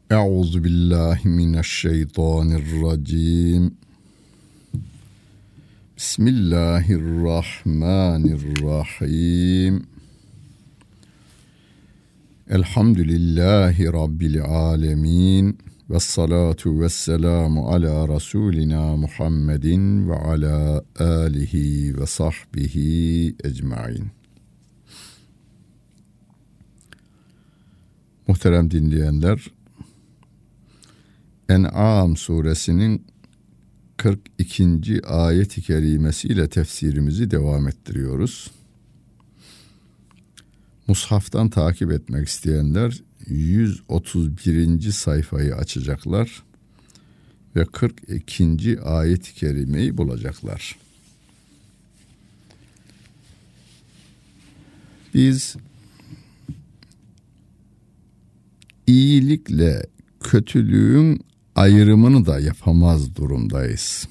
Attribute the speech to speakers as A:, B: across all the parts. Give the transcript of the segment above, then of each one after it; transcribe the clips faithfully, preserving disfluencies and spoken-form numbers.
A: Euzu billahi mineşşeytanirracim. Bismillahirrahmanirrahim. Elhamdülillahi Rabbil alemin. Vessalatu vesselamu ala Resulina Muhammedin ve ala alihi ve sahbihi ecmain. Muhterem dinleyenler, En'am suresinin kırk ikinci ayet-i kerimesiyle tefsirimizi devam ettiriyoruz. Mushaftan takip etmek isteyenler yüz otuz birinci sayfayı açacaklar ve kırk ikinci ayet-i kerimeyi bulacaklar. Biz iyilikle kötülüğün ayrımını da yapamaz durumdayız.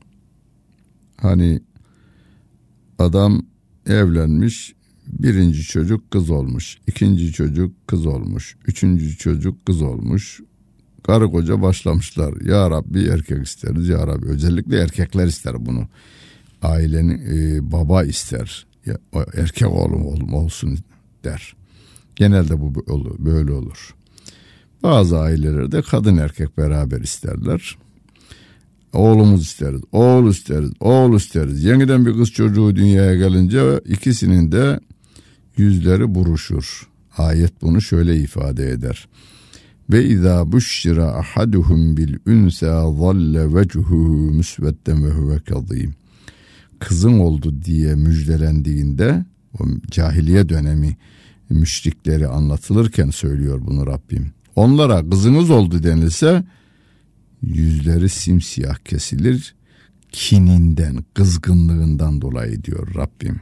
A: Hani adam evlenmiş, birinci çocuk kız olmuş, ikinci çocuk kız olmuş, üçüncü çocuk kız olmuş. Karı koca başlamışlar. Ya Rabbi erkek isteriz, Ya Rabbi. Özellikle erkekler ister bunu. Ailenin e, baba ister. Ya, erkek oğlum, oğlum olsun der. Genelde bu böyle olur. Bazı ailelerde kadın erkek beraber isterler. Oğlumuz isteriz, oğul isteriz, oğul isteriz. Yeniden bir kız çocuğu dünyaya gelince ikisinin de yüzleri buruşur. Ayet bunu şöyle ifade eder. Ve izâ buşşira ahaduhum bil unsa zalle vechuhu musvedden ve huve kazîm. Kızın oldu diye müjdelendiğinde, o cahiliye dönemi müşrikleri anlatılırken söylüyor bunu Rabbim. Onlara kızınız oldu denilse yüzleri simsiyah kesilir, kininden, kızgınlığından dolayı diyor Rabbim.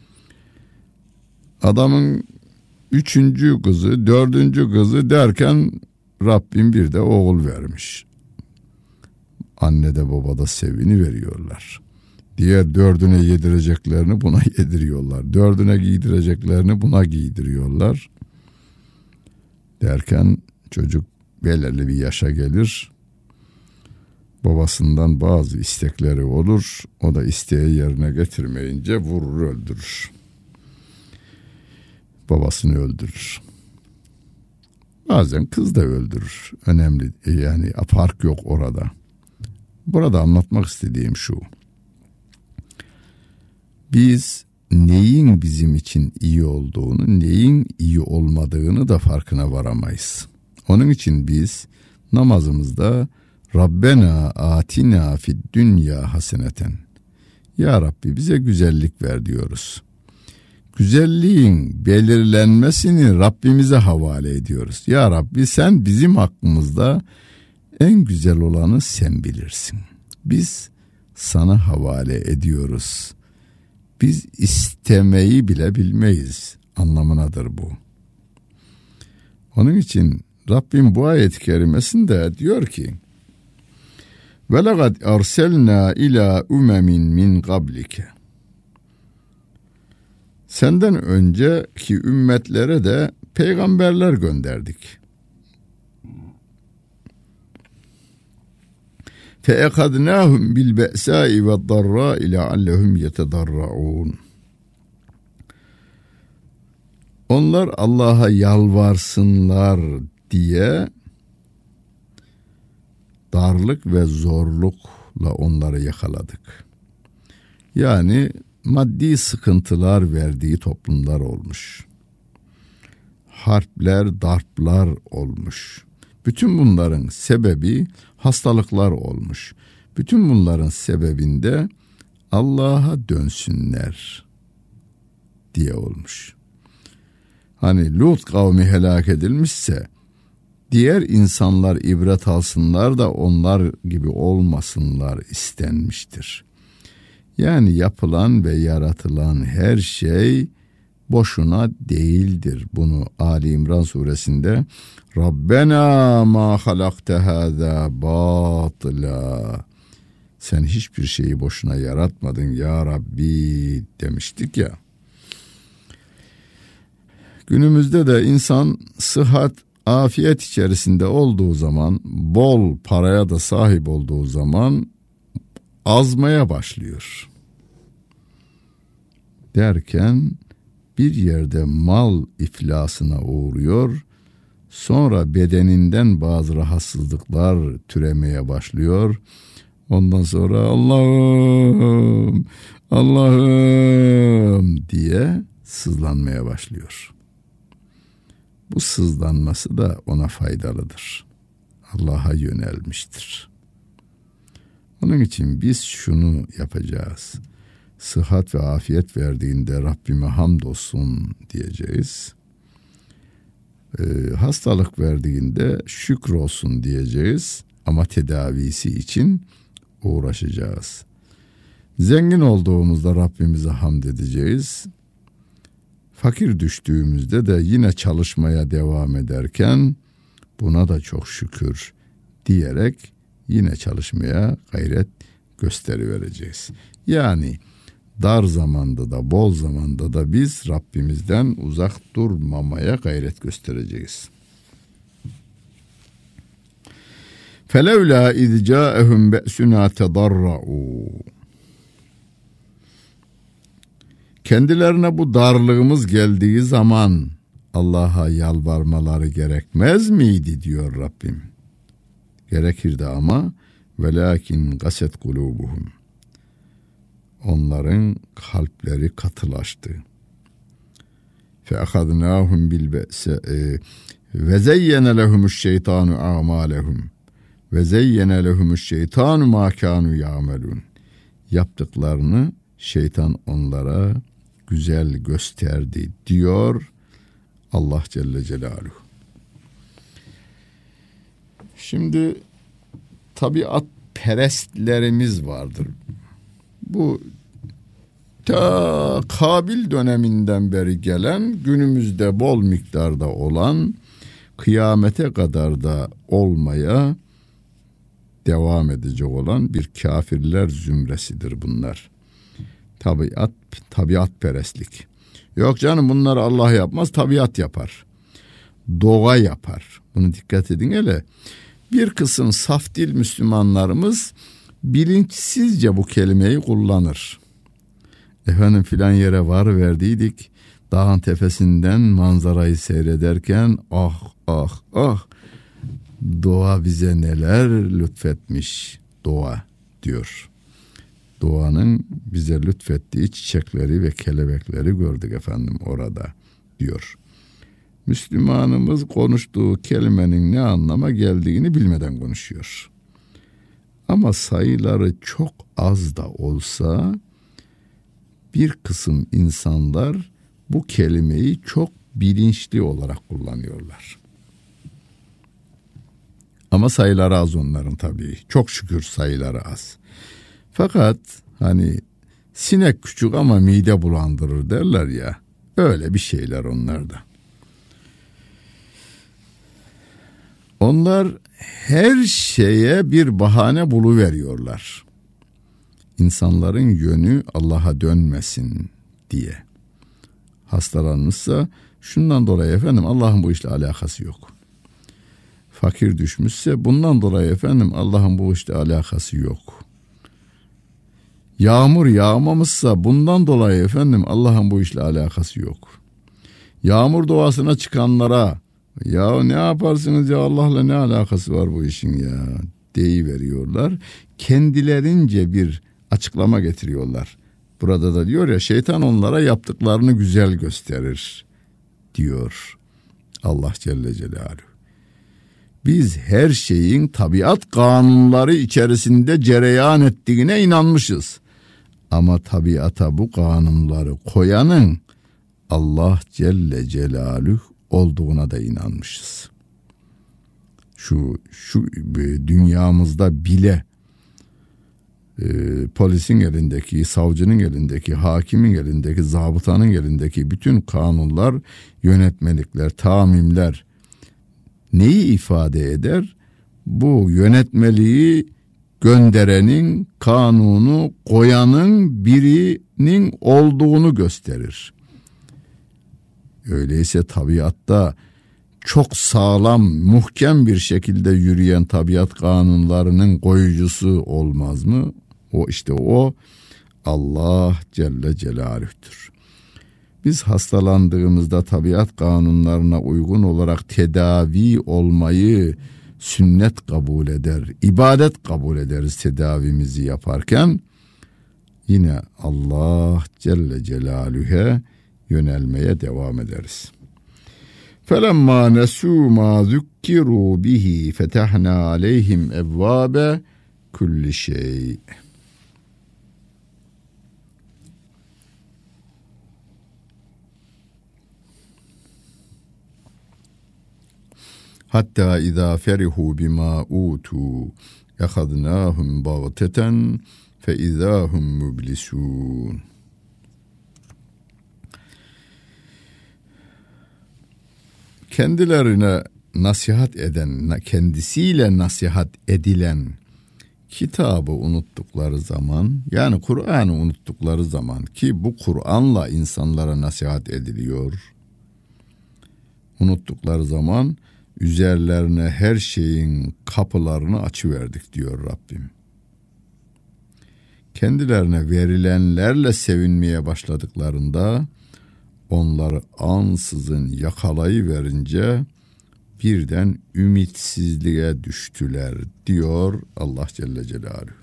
A: Adamın üçüncü kızı, dördüncü kızı derken Rabbim bir de oğul vermiş. Anne de baba da sevini veriyorlar. Diğer dördüne yedireceklerini buna yediriyorlar. Dördüne giydireceklerini buna giydiriyorlar. Derken çocuk belirli bir yaşa gelir. Babasından bazı istekleri olur. O da isteği yerine getirmeyince vurur, öldürür. Babasını öldürür. Bazen kız da öldürür. Önemli, yani fark yok orada. Burada anlatmak istediğim şu. Biz neyin bizim için iyi olduğunu, neyin iyi olmadığını da farkına varamayız. Onun için biz namazımızda Rabbena atina fid dünya haseneten. Ya Rabbi bize güzellik ver diyoruz. Güzelliğin belirlenmesini Rabbimize havale ediyoruz. Ya Rabbi sen bizim hakkımızda en güzel olanı sen bilirsin. Biz sana havale ediyoruz. Biz istemeyi bile bilmeyiz anlamındadır bu. Onun için Rabbim bu ayet-i kerimesinde diyor ki: "Ve laqad arsalna ila umemin min qablike." Senden önceki ümmetlere de peygamberler gönderdik. فَاَخَذْنَاهُمْ بِالْبَأْسَاءِ وَالضَّرَّاءِ لَعَلَّهُمْ يَتَضَرَّعُونَ. Onlar Allah'a yalvarsınlar diye darlık ve zorlukla onları yakaladık. Yani maddi sıkıntılar verdiği toplumlar olmuş. Harpler, darplar olmuş. Bütün bunların sebebi hastalıklar olmuş. Bütün bunların sebebinde Allah'a dönsünler diye olmuş. Hani Lut kavmi helak edilmişse diğer insanlar ibret alsınlar da onlar gibi olmasınlar istenmiştir. Yani yapılan ve yaratılan her şey boşuna değildir. Bunu Ali İmran suresinde Rabbena ma halakte hâzâ bâtıla. Sen hiçbir şeyi boşuna yaratmadın ya Rabbi demiştik ya. Günümüzde de insan sıhhat, afiyet içerisinde olduğu zaman, bol paraya da sahip olduğu zaman azmaya başlıyor. Derken bir yerde mal iflasına uğruyor. Sonra bedeninden bazı rahatsızlıklar türemeye başlıyor. Ondan sonra Allah'ım, Allah'ım diye sızlanmaya başlıyor. Bu sızlanması da ona faydalıdır. Allah'a yönelmiştir. Onun için biz şunu yapacağız. Sıhhat ve afiyet verdiğinde Rabbime hamdolsun diyeceğiz. Ee, hastalık verdiğinde şükrolsun diyeceğiz. Ama tedavisi için uğraşacağız. Zengin olduğumuzda Rabbimize hamd edeceğiz. Fakir düştüğümüzde de yine çalışmaya devam ederken buna da çok şükür diyerek yine çalışmaya gayret gösterivereceğiz. Yani dar zamanda da bol zamanda da biz Rabbimizden uzak durmamaya gayret göstereceğiz. فَلَوْلَا اِذْ جَاءَهُمْ بَأْسُنَا تَضَرَّعُوا Kendilerine bu darlığımız geldiği zaman Allah'a yalvarmaları gerekmez miydi diyor Rabbim. Gerekirdi ama velakin gaset kulubuhum. Onların kalpleri katılaştı. Fe ahadnahum bil ba'se ve zeyyene lehumuş şeytanu a'malehum ve zeyyene lehumuş şeytanu ma kanu ya'melun. Yaptıklarını şeytan onlara güzel gösterdi diyor Allah Celle Celaluhu. Şimdi tabiat perestlerimiz vardır. Bu ta Kabil döneminden beri gelen, günümüzde bol miktarda olan, kıyamete kadar da olmaya devam edecek olan bir kafirler zümresidir bunlar. Tabiat, tabiatperestlik. Yok canım, bunları Allah yapmaz, tabiat yapar. Doğa yapar. Bunu dikkat edin hele. Bir kısım saf dil Müslümanlarımız bilinçsizce bu kelimeyi kullanır. Efendim filan yere var verdiydik, dağın tepesinden manzarayı seyrederken ah ah ah, doğa bize neler lütfetmiş doğa diyor. Doğanın bize lütfettiği çiçekleri ve kelebekleri gördük efendim orada diyor. Müslümanımız konuştuğu kelimenin ne anlama geldiğini bilmeden konuşuyor. Ama sayıları çok az da olsa bir kısım insanlar bu kelimeyi çok bilinçli olarak kullanıyorlar. Ama sayıları az onların tabii. Çok şükür sayıları az. Fakat hani sinek küçük ama mide bulandırır derler ya. Öyle bir şeyler onlarda. Onlar her şeye bir bahane buluveriyorlar. İnsanların yönü Allah'a dönmesin diye. Hastalanmışsa şundan dolayı efendim Allah'ın bu işle alakası yok. Fakir düşmüşse bundan dolayı efendim Allah'ın bu işle alakası yok. Yağmur yağmamışsa bundan dolayı efendim Allah'ın bu işle alakası yok. Yağmur doğasına çıkanlara ya ne yaparsınız ya, Allah'la ne alakası var bu işin ya deyiveriyorlar. Kendilerince bir açıklama getiriyorlar. Burada da diyor ya, şeytan onlara yaptıklarını güzel gösterir diyor Allah Celle Celaluhu. Biz her şeyin tabiat kanunları içerisinde cereyan ettiğine inanmışız. Ama tabiata bu kanunları koyanın Allah Celle Celaluhu olduğuna da inanmışız. Şu şu dünyamızda bile e, polisin elindeki, savcının elindeki, hakimin elindeki, zabıtanın elindeki bütün kanunlar, yönetmelikler, tamimler neyi ifade eder? Bu yönetmeliği gönderenin, kanunu koyanın birinin olduğunu gösterir. Öyleyse tabiatta çok sağlam, muhkem bir şekilde yürüyen tabiat kanunlarının koyucusu olmaz mı? O işte o Allah Celle Celaluh'tür. Biz hastalandığımızda tabiat kanunlarına uygun olarak tedavi olmayı sünnet kabul eder, ibadet kabul ederiz tedavimizi yaparken. Yine Allah Celle Celaluhu'ya yönelmeye devam ederiz. فَلَمَّا نَسُوا مَا ذُكِّرُوا بِهِ فَتَحْنَا عَلَيْهِمْ اَبْوَابَ كُلِّ شَيْءٍ. Hatta izâ ferihu bimâ ûtû ehadnâhum bagteten fe izâhum mublisûn. Kendilerine nasihat eden, kendisiyle nasihat edilen kitabı unuttukları zaman, yani Kur'an'ı unuttukları zaman, ki bu Kur'an'la insanlara nasihat ediliyor, unuttukları zaman üzerlerine her şeyin kapılarını açıverdik diyor Rabbim. Kendilerine verilenlerle sevinmeye başladıklarında onları ansızın yakalayıverince birden ümitsizliğe düştüler diyor Allah Celle Celaluhu.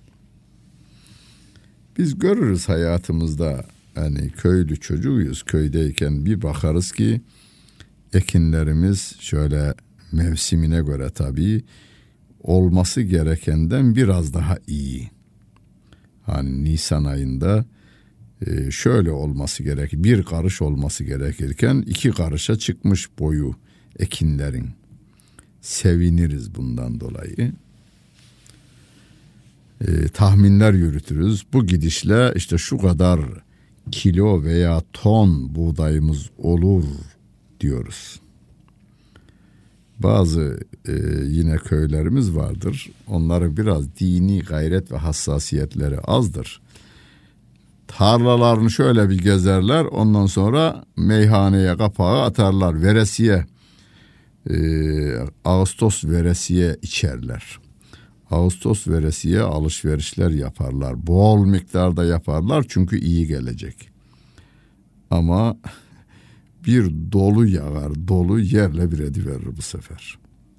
A: Biz görürüz hayatımızda, hani köylü çocuğuyuz, köydeyken bir bakarız ki ekinlerimiz şöyle mevsimine göre tabii olması gerekenden biraz daha iyi. Hani Nisan ayında şöyle olması gerek, bir karış olması gerekirken iki karışa çıkmış boyu ekinlerin. Seviniriz bundan dolayı. E, tahminler yürütürüz. Bu gidişle işte şu kadar kilo veya ton buğdayımız olur diyoruz. Bazı e, yine köylerimiz vardır. Onların biraz dini gayret ve hassasiyetleri azdır. Tarlalarını şöyle bir gezerler, ondan sonra meyhaneye kapağı atarlar, veresiye, e, Ağustos veresiye içerler. Ağustos veresiye alışverişler yaparlar, bol miktarda yaparlar çünkü iyi gelecek. Ama bir dolu yağar, dolu yerle bir ediverir bu sefer.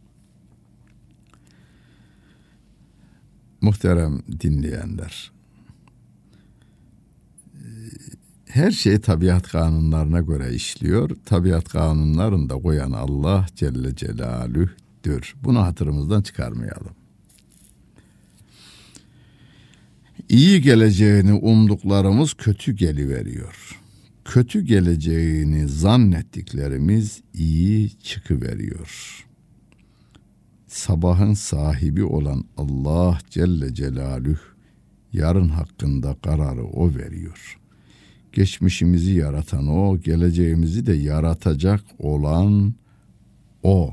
A: Muhterem dinleyenler, her şey tabiat kanunlarına göre işliyor. Tabiat kanunlarını da koyan Allah Celle Celaluh'tür. Bunu hatırımızdan çıkarmayalım. İyi geleceğini umduklarımız kötü geliveriyor. Kötü geleceğini zannettiklerimiz iyi çıkıveriyor. Sabahın sahibi olan Allah Celle Celaluhu yarın hakkında kararı o veriyor. Geçmişimizi yaratan o, geleceğimizi de yaratacak olan o.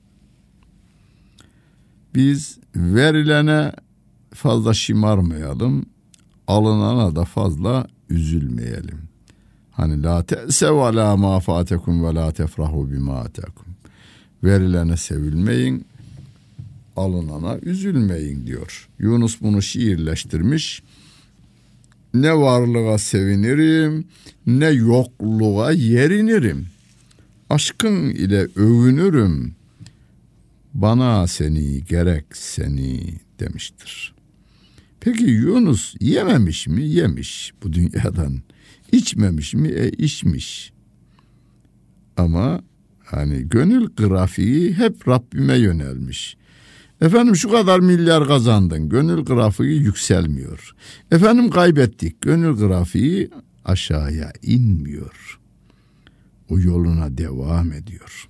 A: Biz verilene fazla şımarmayalım, alınana da fazla üzülmeyelim. Hani la te'sev ala ma fatekum ve la tefrahu bima atakum. Verilene sevilmeyin, alınana üzülmeyin diyor. Yunus bunu şiirleştirmiş. Ne varlığa sevinirim, ne yokluğa yerinirim. Aşkın ile övünürüm, bana seni gerek seni demiştir. Peki Yunus yememiş mi? Yemiş bu dünyadan. İçmemiş mi? E içmiş. Ama hani gönül grafiği hep Rabbime yönelmiş. Efendim şu kadar milyar kazandın, gönül grafiği yükselmiyor. Efendim kaybettik, gönül grafiği aşağıya inmiyor. O yoluna devam ediyor.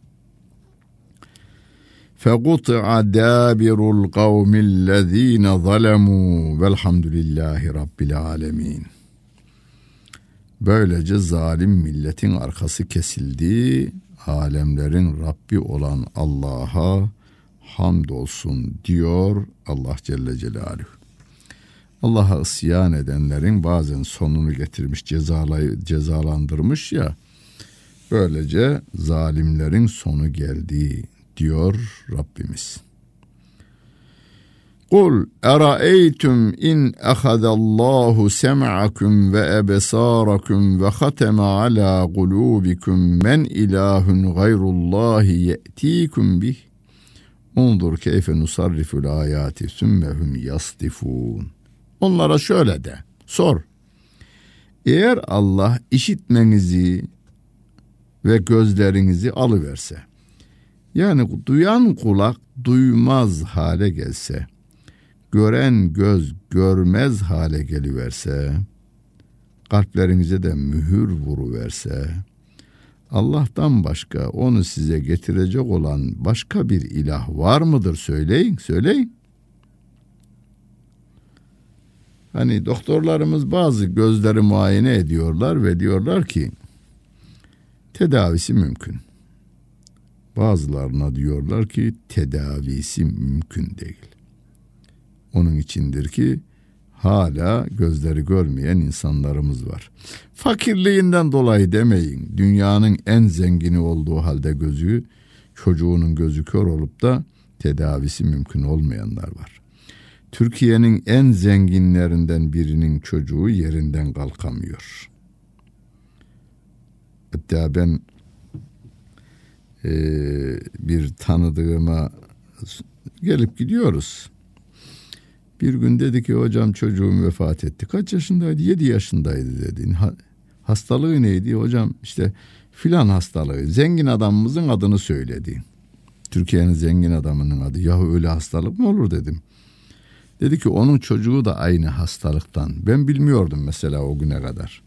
A: فَقُطِعَ دَابِرُ الْقَوْمِ الَّذ۪ينَ ظَلَمُوا وَالْحَمْدُ لِلّٰهِ رَبِّ الْعَالَمِينَ. Böylece zalim milletin arkası kesildi. Alemlerin Rabbi olan Allah'a hamdolsun diyor Allah Celle Celaluhu. Allah'a isyan edenlerin bazen sonunu getirmiş, cezalay, cezalandırmış ya. Böylece zalimlerin sonu geldi diyor Rabbimiz. Kul eraeytum in ahadallahu sem'akum ve ebsarakum ve hateme ala kulubikum men ilahun gayrullahi ye'tikum bih. Undur keyfe nusarriful ayati sümmehum yasdifun. Onlara şöyle de, sor. Eğer Allah işitmenizi ve gözlerinizi alıverse, yani duyan kulak duymaz hale gelse, gören göz görmez hale geliverse, kalplerinize de mühür vuruverse, Allah'tan başka onu size getirecek olan başka bir ilah var mıdır? Söyleyin, söyleyin. Hani doktorlarımız bazı gözleri muayene ediyorlar ve diyorlar ki tedavisi mümkün. Bazılarına diyorlar ki tedavisi mümkün değil. Onun içindir ki hala gözleri görmeyen insanlarımız var. Fakirliğinden dolayı demeyin. Dünyanın en zengini olduğu halde gözü, çocuğunun gözü kör olup da tedavisi mümkün olmayanlar var. Türkiye'nin en zenginlerinden birinin çocuğu yerinden kalkamıyor. Hatta ben e, bir tanıdığıma gelip gidiyoruz. Bir gün dedi ki hocam çocuğum vefat etti. Kaç yaşındaydı? Yedi yaşındaydı dedi. Ha, hastalığı neydi? Hocam işte filan hastalığı. Zengin adamımızın adını söyledi. Türkiye'nin zengin adamının adı. Yahu öyle hastalık mı olur dedim. Dedi ki onun çocuğu da aynı hastalıktan. Ben bilmiyordum mesela o güne kadar.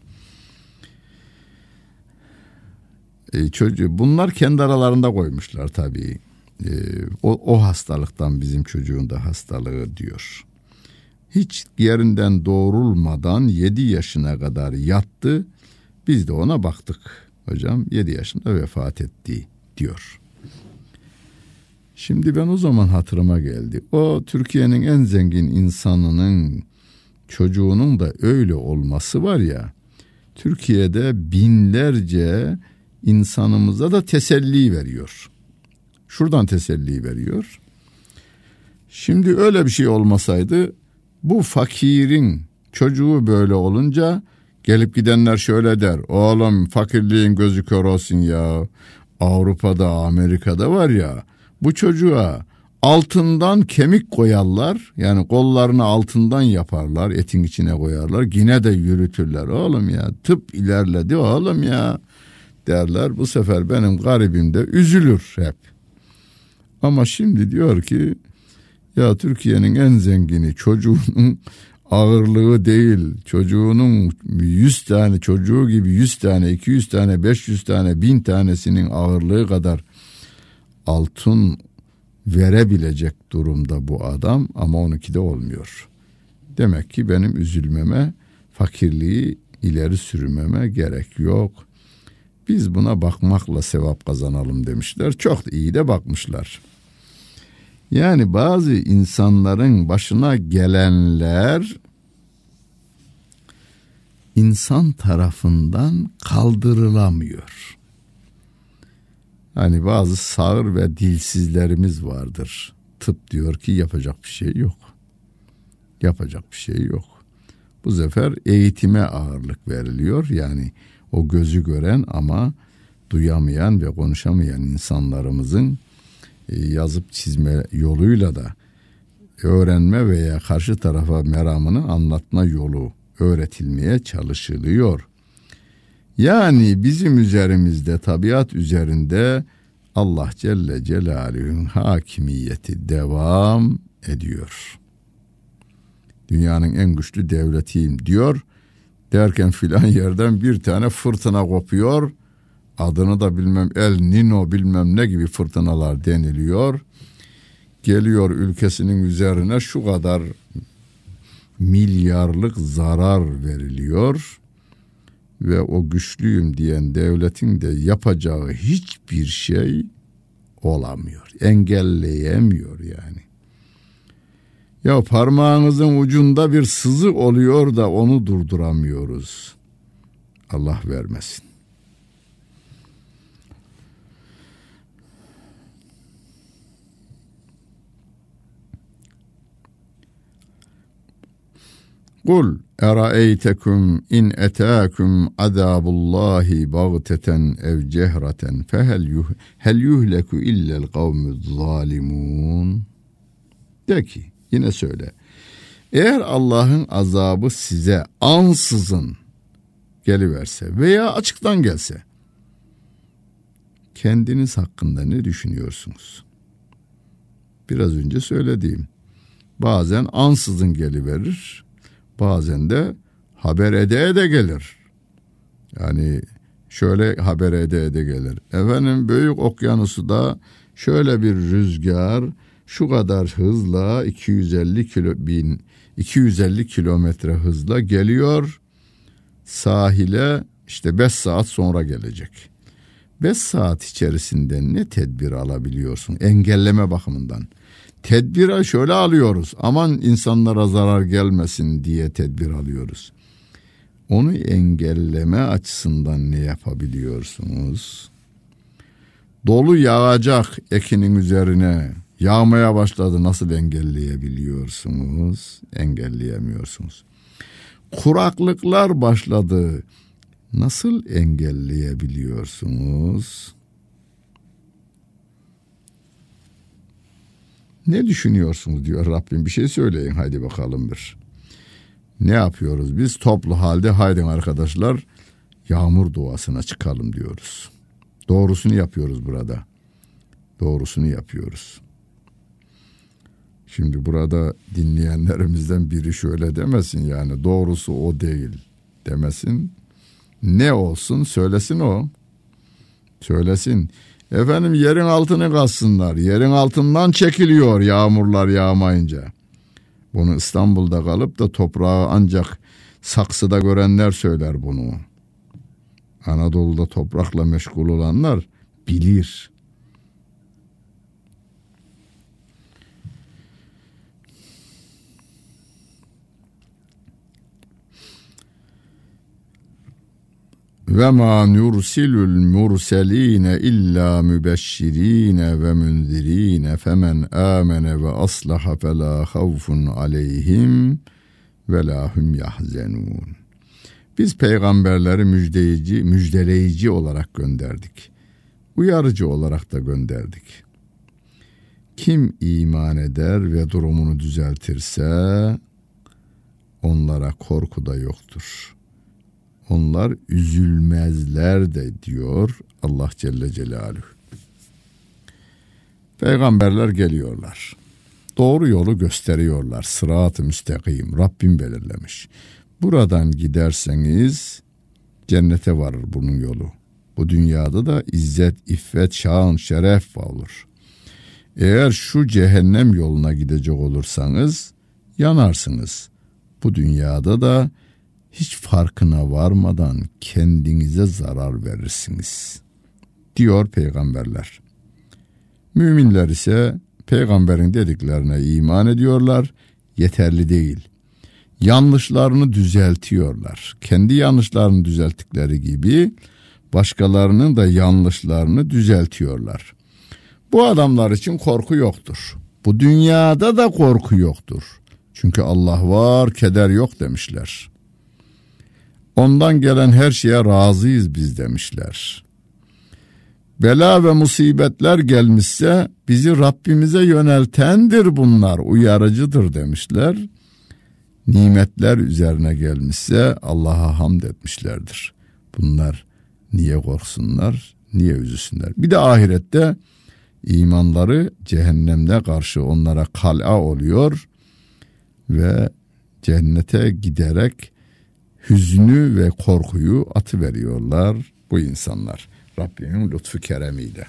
A: E, çocuğu, bunlar kendi aralarında koymuşlar tabii. E, o, o hastalıktan bizim çocuğun da hastalığı diyor. Hiç yerinden doğrulmadan yedi yaşına kadar yattı. Biz de ona baktık. Hocam yedi yaşında vefat etti diyor. Şimdi ben o zaman hatırıma geldi. O Türkiye'nin en zengin insanının çocuğunun da öyle olması var ya. Türkiye'de binlerce insanımıza da teselli veriyor. Şuradan teselli veriyor. Şimdi öyle bir şey olmasaydı bu fakirin çocuğu böyle olunca gelip gidenler şöyle der. Oğlum fakirliğin gözü kör olsun ya. Avrupa'da, Amerika'da var ya bu çocuğa altından kemik koyarlar. Yani kollarını altından yaparlar. Etin içine koyarlar. Yine de yürütürler. Oğlum ya tıp ilerledi oğlum ya derler. Bu sefer benim garibim de üzülür hep. Ama şimdi diyor ki ya Türkiye'nin en zengini çocuğunun ağırlığı değil, çocuğunun yüz tane çocuğu gibi yüz tane, iki yüz tane, beş yüz tane, bin tanesinin ağırlığı kadar altın verebilecek durumda bu adam ama onunki de olmuyor. Demek ki benim üzülmeme, fakirliği ileri sürmeme gerek yok. Biz buna bakmakla sevap kazanalım demişler. Çok iyi de bakmışlar. Yani bazı insanların başına gelenler insan tarafından kaldırılamıyor. Hani bazı sağır ve dilsizlerimiz vardır. Tıp diyor ki yapacak bir şey yok. Yapacak bir şey yok. Bu sefer eğitime ağırlık veriliyor. Yani o gözü gören ama duyamayan ve konuşamayan insanlarımızın yazıp çizme yoluyla da öğrenme veya karşı tarafa meramını anlatma yolu öğretilmeye çalışılıyor. Yani bizim üzerimizde, tabiat üzerinde Allah Celle Celaluhu'nun hakimiyeti devam ediyor. Dünyanın en güçlü devletiyim diyor. Derken filan yerden bir tane fırtına kopuyor. Adını da bilmem El Nino bilmem ne gibi fırtınalar deniliyor. Geliyor ülkesinin üzerine şu kadar milyarlık zarar veriliyor. Ve o güçlüyüm diyen devletin de yapacağı hiçbir şey olamıyor. Engelleyemiyor yani. Ya parmağınızın ucunda bir sızı oluyor da onu durduramıyoruz. Allah vermesin. Kul eraeytekum in etâkum azâbullâhi bagteten ev cehreten fehel yuh hel yuhleku illel kavmuz zalimun. De ki, yine söyle. Eğer Allah'ın azabı size ansızın geliverse veya açıktan gelse, kendiniz hakkında ne düşünüyorsunuz? Biraz önce söylediğim, bazen ansızın geliverir, bazen de haber ede ede gelir. Yani şöyle haber ede ede gelir. Efendim, büyük okyanusu da şöyle bir rüzgar şu kadar hızla iki yüz elli kilo bin iki yüz elli kilometre hızla geliyor sahile, işte beş saat sonra gelecek. beş saat içerisinde ne tedbir alabiliyorsun engelleme bakımından? Tedbiri şöyle alıyoruz, aman insanlara zarar gelmesin diye tedbir alıyoruz. Onu engelleme açısından ne yapabiliyorsunuz? Dolu yağacak ekinin üzerine, yağmaya başladı, nasıl engelleyebiliyorsunuz? Engelleyemiyorsunuz. Kuraklıklar başladı, nasıl engelleyebiliyorsunuz? Ne düşünüyorsunuz diyor Rabbim, bir şey söyleyin haydi bakalım bir. Ne yapıyoruz biz? Toplu halde haydi arkadaşlar yağmur duasına çıkalım diyoruz. Doğrusunu yapıyoruz burada. Doğrusunu yapıyoruz. Şimdi burada dinleyenlerimizden biri şöyle demesin, yani doğrusu o değil demesin. Ne olsun söylesin o. Söylesin. Efendim, yerin altını kazsınlar. Yerin altından çekiliyor yağmurlar yağmayınca. Bunu İstanbul'da kalıp da toprağı ancak saksıda görenler söyler bunu. Anadolu'da toprakla meşgul olanlar bilir. Ve ma nursilul murseline illa mübeşşirine ve münzirine femen amene ve aslaha fela havfun aleyhim ve la hum yahzenun. Biz peygamberleri müjdeleyici, müjdeleyici olarak gönderdik. Uyarıcı olarak da gönderdik. Kim iman eder ve durumunu düzeltirse onlara korku da yoktur. Onlar üzülmezler de diyor Allah Celle Celaluhu. Peygamberler geliyorlar. Doğru yolu gösteriyorlar. Sırat-ı müstakim Rabbim belirlemiş. Buradan giderseniz cennete varır bunun yolu. Bu dünyada da izzet, iffet, şan, şeref olur. Eğer şu cehennem yoluna gidecek olursanız yanarsınız. Bu dünyada da hiç farkına varmadan kendinize zarar verirsiniz diyor peygamberler. Müminler ise peygamberin dediklerine iman ediyorlar, yeterli değil. Yanlışlarını düzeltiyorlar. Kendi yanlışlarını düzelttikleri gibi başkalarının da yanlışlarını düzeltiyorlar. Bu adamlar için korku yoktur. Bu dünyada da korku yoktur. Çünkü Allah var, keder yok demişler. Ondan gelen her şeye razıyız biz demişler. Bela ve musibetler gelmişse bizi Rabbimize yöneltendir bunlar, uyarıcıdır demişler. Nimetler üzerine gelmişse Allah'a hamd etmişlerdir. Bunlar niye korksunlar, niye üzülsünler? Bir de ahirette imanları cehennemde karşı onlara kal'a oluyor ve cennete giderek hüznü ve korkuyu atıveriyorlar bu insanlar. Rabbimin lütfu keremiyle.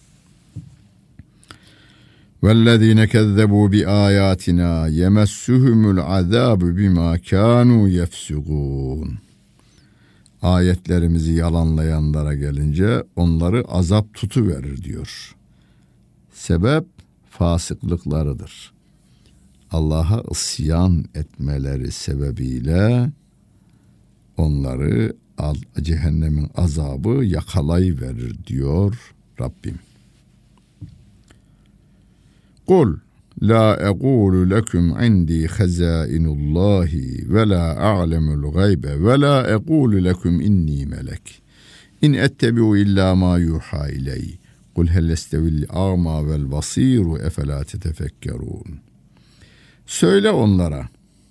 A: وَالَّذ۪ينَ كَذَّبُوا بِآيَاتِنَا يَمَسُّهُمُ الْعَذَابُ بِمَا كَانُوا يَفْسُقُونَ. Ayetlerimizi yalanlayanlara gelince onları azap tutuverir diyor. Sebep fasıklıklarıdır. Allah'a isyan etmeleri sebebiyle onları cehennemin azabı yakalayıverir diyor Rabbim. Kul, La ekulu lekum indi hazainullahi ve la a'lemul gaybe ve la ekulu lekum inni melek. İn ettebi'u illa ma yuha iley. Kul hel estevil a'ma vel basiru efela tetefekkerun. Söyle onlara,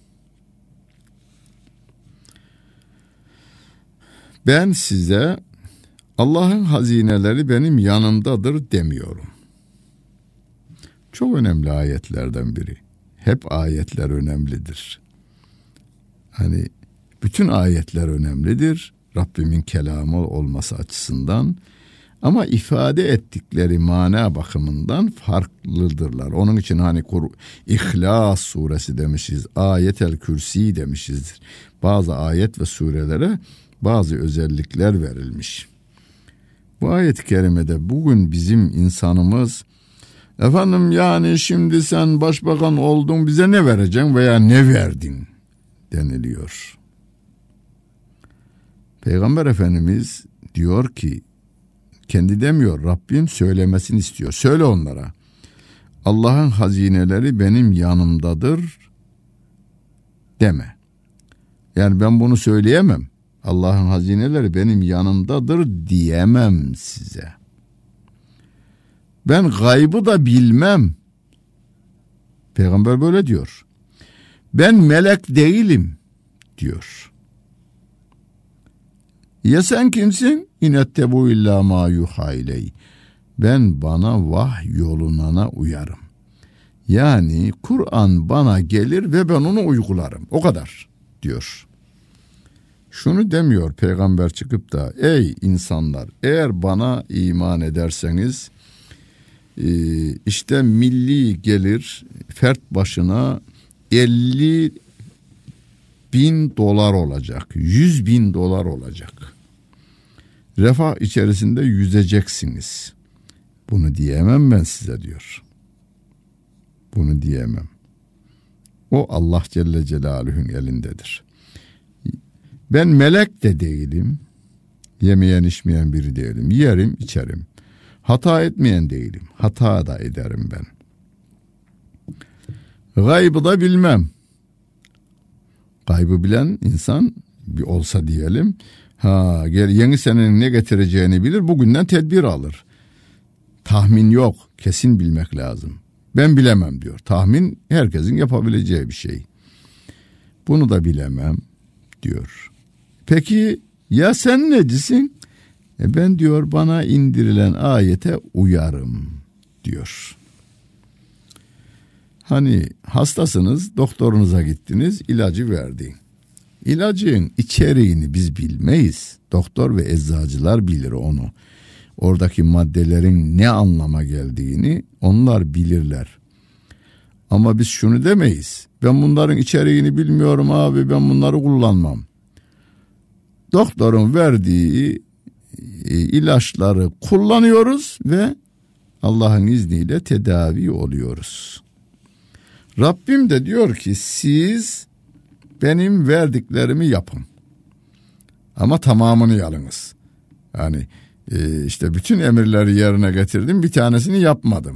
A: ben size Allah'ın hazineleri benim yanımdadır demiyorum. Çok önemli ayetlerden biri. Hep ayetler önemlidir. Hani bütün ayetler önemlidir. Rabbimin kelamı olması açısından. Ama ifade ettikleri mana bakımından farklıdırlar. Onun için hani İhlas suresi demişiz, Ayetel Kürsi demişizdir. Bazı ayet ve surelere bazı özellikler verilmiş. Bu ayet-i kerimede bugün bizim insanımız, efendim yani şimdi sen başbakan oldun, bize ne vereceksin veya ne verdin deniliyor. Peygamber Efendimiz diyor ki, kendi demiyor, Rabbim söylemesini istiyor. Söyle onlara, Allah'ın hazineleri benim yanımdadır deme. Yani ben bunu söyleyemem. Allah'ın hazineleri benim yanımdadır diyemem size. Ben gaybı da bilmem. Peygamber böyle diyor. Ben melek değilim diyor. Ya sen kimsin? İnettebu illa ma yuha iley. Ben bana vahy yolunana uyarım. Yani Kur'an bana gelir ve ben onu uygularım. O kadar diyor. Şunu demiyor peygamber çıkıp da, ey insanlar, eğer bana iman ederseniz işte milli gelir fert başına elli bin dolar olacak, yüz bin dolar olacak. Refah içerisinde yüzeceksiniz. Bunu diyemem ben size diyor. Bunu diyemem. O Allah Celle Celaluhu'nun elindedir. Ben melek de değilim. Yemeyen içmeyen biri değilim. Yerim içerim. Hata etmeyen değilim. Hata da ederim ben. Gaybı da bilmem. Gaybı bilen insan bir olsa diyelim, ha gel yeni senenin ne getireceğini bilir, bugünden tedbir alır. Tahmin yok, kesin bilmek lazım. Ben bilemem diyor. Tahmin herkesin yapabileceği bir şey. Bunu da bilemem diyor. Peki ya sen necisin? E ben diyor bana indirilen ayete uyarım diyor. Hani hastasınız, doktorunuza gittiniz, ilacı verdi. İlacın içeriğini biz bilmeyiz. Doktor ve eczacılar bilir onu. Oradaki maddelerin ne anlama geldiğini onlar bilirler. Ama biz şunu demeyiz. Ben bunların içeriğini bilmiyorum abi, ben bunları kullanmam. Doktorun verdiği ilaçları kullanıyoruz ve Allah'ın izniyle tedavi oluyoruz. Rabbim de diyor ki siz benim verdiklerimi yapın. Ama tamamını yalınız. Yani işte bütün emirleri yerine getirdim, bir tanesini yapmadım.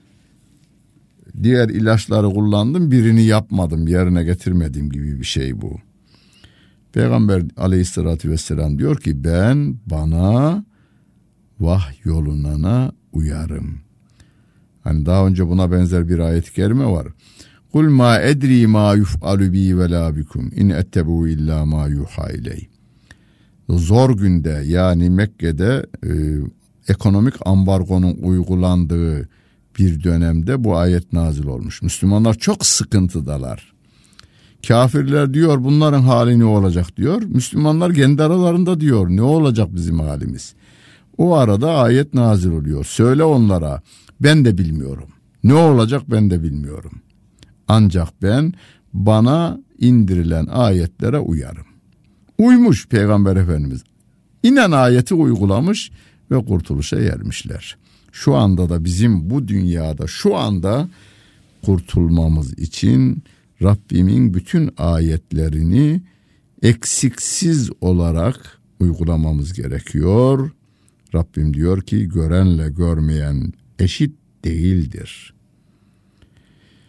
A: Diğer ilaçları kullandım, birini yapmadım, yerine getirmediğim gibi bir şey bu. Peygamber aleyhissalatü vesselam diyor ki ben bana vahy yolunana uyarım. Hani daha önce buna benzer bir ayet-i kerime var. Kul ma edri ma yuf'alu bi ve la bikum in ettebu illa ma yuha iley. Zor günde yani Mekke'de e, ekonomik ambargonun uygulandığı bir dönemde bu ayet nazil olmuş. Müslümanlar çok sıkıntıdalar. Kafirler diyor bunların hali ne olacak diyor. Müslümanlar kendi aralarında diyor ne olacak bizim halimiz. O arada ayet nazil oluyor. Söyle onlara ben de bilmiyorum. Ne olacak ben de bilmiyorum. Ancak ben bana indirilen ayetlere uyarım. Uymuş Peygamber Efendimiz. İnen ayeti uygulamış ve kurtuluşa ermişler. Şu anda da bizim bu dünyada şu anda kurtulmamız için Rabbimin bütün ayetlerini eksiksiz olarak uygulamamız gerekiyor. Rabbim diyor ki görenle görmeyen eşit değildir.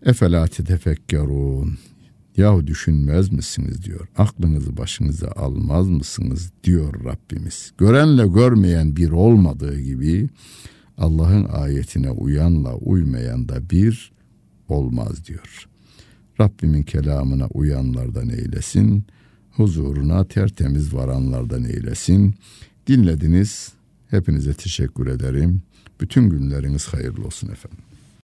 A: Efela tefekkerun. Yahu düşünmez misiniz diyor. Aklınızı başınıza almaz mısınız diyor Rabbimiz. Görenle görmeyen bir olmadığı gibi Allah'ın ayetine uyanla uymayan da bir olmaz diyor. Rabbimin kelamına uyanlardan eylesin. Huzuruna tertemiz varanlardan eylesin. Dinlediniz. Hepinize teşekkür ederim. Bütün günleriniz hayırlı olsun efendim.